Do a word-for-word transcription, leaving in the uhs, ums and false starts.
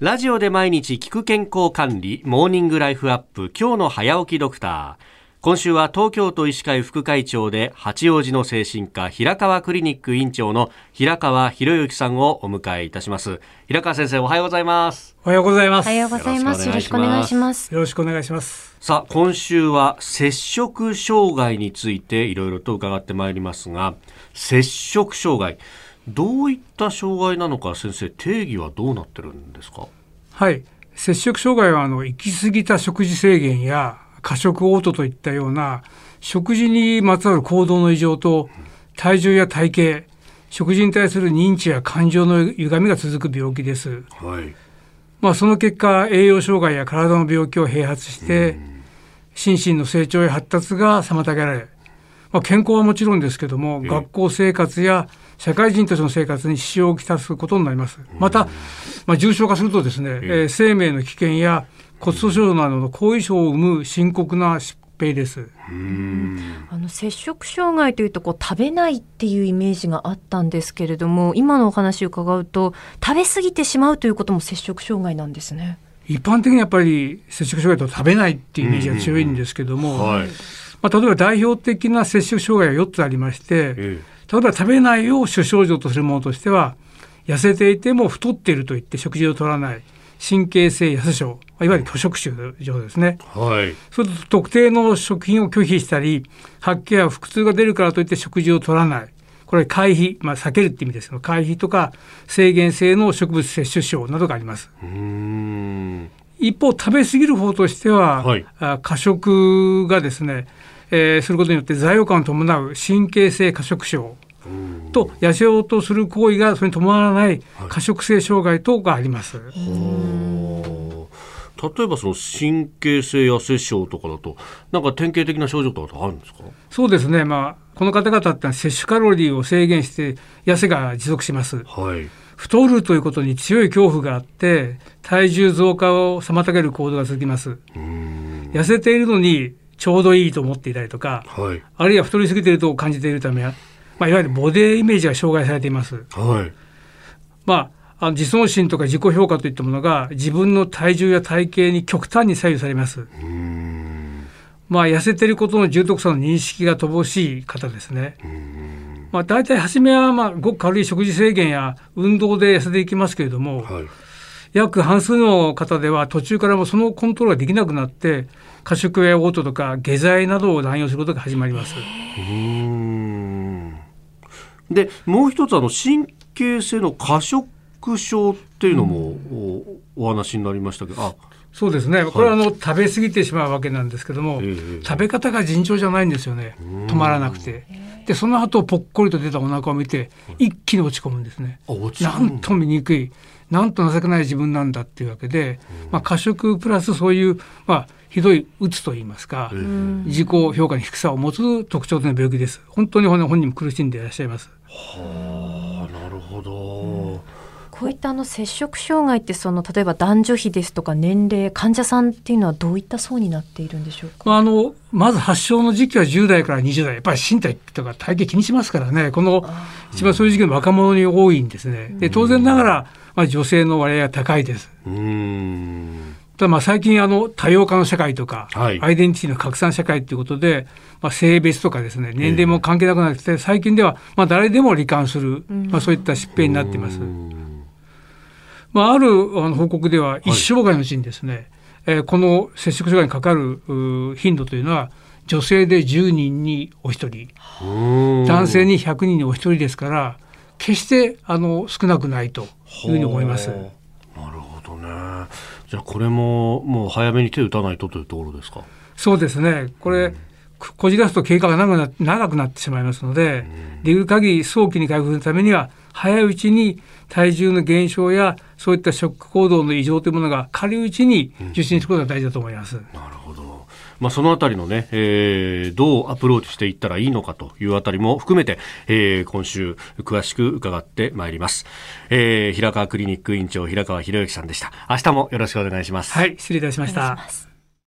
ラジオで毎日聞く健康管理モーニングライフアップ、今日の早起きドクター。今週は東京都医師会副会長で八王子の精神科平川クリニック院長の平川博之さんをお迎えいたします。平川先生、おはようございます。 おはようございます。 おはようございます。よろしくお願いします。 よろしくお願いします。 さあ、今週は摂食障害についていろいろと伺ってまいりますが、摂食障害、どういった障害なのか、先生、定義はどうなってるんですか？ はい、摂食障害はあの行き過ぎた食事制限や過食嘔吐といったような食事にまつわる行動の異常と、体重や体型、食事に対する認知や感情の歪みが続く病気です。 はい。 まあ、その結果、栄養障害や体の病気を併発して心身の成長や発達が妨げられ、まあ、健康はもちろんですけども、学校生活や社会人としての生活に支障をきたすことになります。また、まあ、重症化するとですね、えー、生命の危険や骨粗しょう症などの後遺症を生む深刻な疾病です。 うーん、あの摂食障害というとこう食べないっていうイメージがあったんですけれども、今のお話を伺うと食べ過ぎてしまうということも摂食障害なんですね。 一般的にやっぱり摂食障害と食べないっていうイメージが強いんですけども、 はい、 まあ、例えば代表的な摂食障害がよっつありまして、ええ、例えば食べないを主症状とするものとしては、痩せていても太っているといって食事を取らない神経性痩せ症、いわゆる拒食症ですね。 はい、 それと特定の食品を拒否したり、吐き気や腹痛が出るからといって食事を取らない、これ回避、まあ、避けるって意味ですけど、回避とか制限性の植物摂取症などがあります。 うーん、一方、食べ過ぎる方としては、はい、過食がですね、えー、することによって罪悪感を伴う神経性過食症と、痩せようとする行為がそれに伴わない過食性障害等があります。はい、 例えばその神経性痩せ症とかだと、なんか典型的な症状とかあるんですか？ そうですね、まあ、この方々ってのは摂取カロリーを制限して痩せが持続します。 はい、 太るということに強い恐怖があって、体重増加を妨げる行動が続きます。うーん、痩せているのにちょうどいいと思っていたりとか、はい、あるいは太りすぎていると感じているため、まあ、いわゆるボディイメージが障害されています。はい、まあ、あの自尊心とか自己評価といったものが自分の体重や体型に極端に左右されます。うーん、まあ、痩せていることの重篤さの認識が乏しい方ですね。うーん、まあ、大体初めはまあごく軽い食事制限や運動で痩せていきますけれども、はい、約半数の方では途中からもそのコントロールができなくなって、過食や嘔吐とか下剤などを乱用することが始まります。うーん、でもう一つ、あの神経性の過食症っていうのも お, お話になりましたけど、あ、 そうですね、これはあの、はい、食べ過ぎてしまうわけなんですけども、えー、食べ方が尋常じゃないんですよね。止まらなくて、でその後ぽっこりと出たお腹を見て一気に落ち込むんですね。なんと醜い、なんと情けない自分なんだっていうわけで、まあ、過食プラスそういう、まあ、ひどい鬱といいますか、自己評価に低さを持つ特徴的な病気です。本当に本人も苦しんでいらっしゃいます。 はあ、なるほど。 こういったあの摂食障害って、その例えば男女比ですとか年齢、患者さんっていうのはどういった層になっているんでしょうか？ まあ、あのまず発症の時期はじゅう代からにじゅう代、やっぱり身体とか体型気にしますからね。この一番そういう時期の若者に多いんですね。で当然ながら、まあ、女性の割合が高いです。うーん、ただまあ最近あの多様化の社会とか、はい、アイデンティティの拡散社会ということで、まあ、性別とかですね、年齢も関係なくなってて、最近ではまあ誰でも罹患する、まあ、そういった疾病になっています。まあ、あるあの報告では一生涯のうちにですね、はい、えー、この摂食障害にかかる頻度というのは女性でじゅうにんにおひとり、男性にひゃくにんにおひとりですから、決してあの少なくないというふうに思います。 なるほどね。じゃあこれももう早めに手を打たないとというところですか？ そうですね、これ、うん、こじらすと経過が長く な, 長くなってしまいますので、うん、できる限り早期に回復するためには早いうちに体重の減少やそういった食行動の異常というものが軽いうちに受診することが大事だと思います。うん、 なるほど。まあ、そのあたりのね、えー、どうアプローチしていったらいいのかというあたりも含めて、えー、今週詳しく伺ってまいります。えー、平川クリニック院長平川博之さんでした。明日もよろしくお願いします。 はい、失礼いたしました。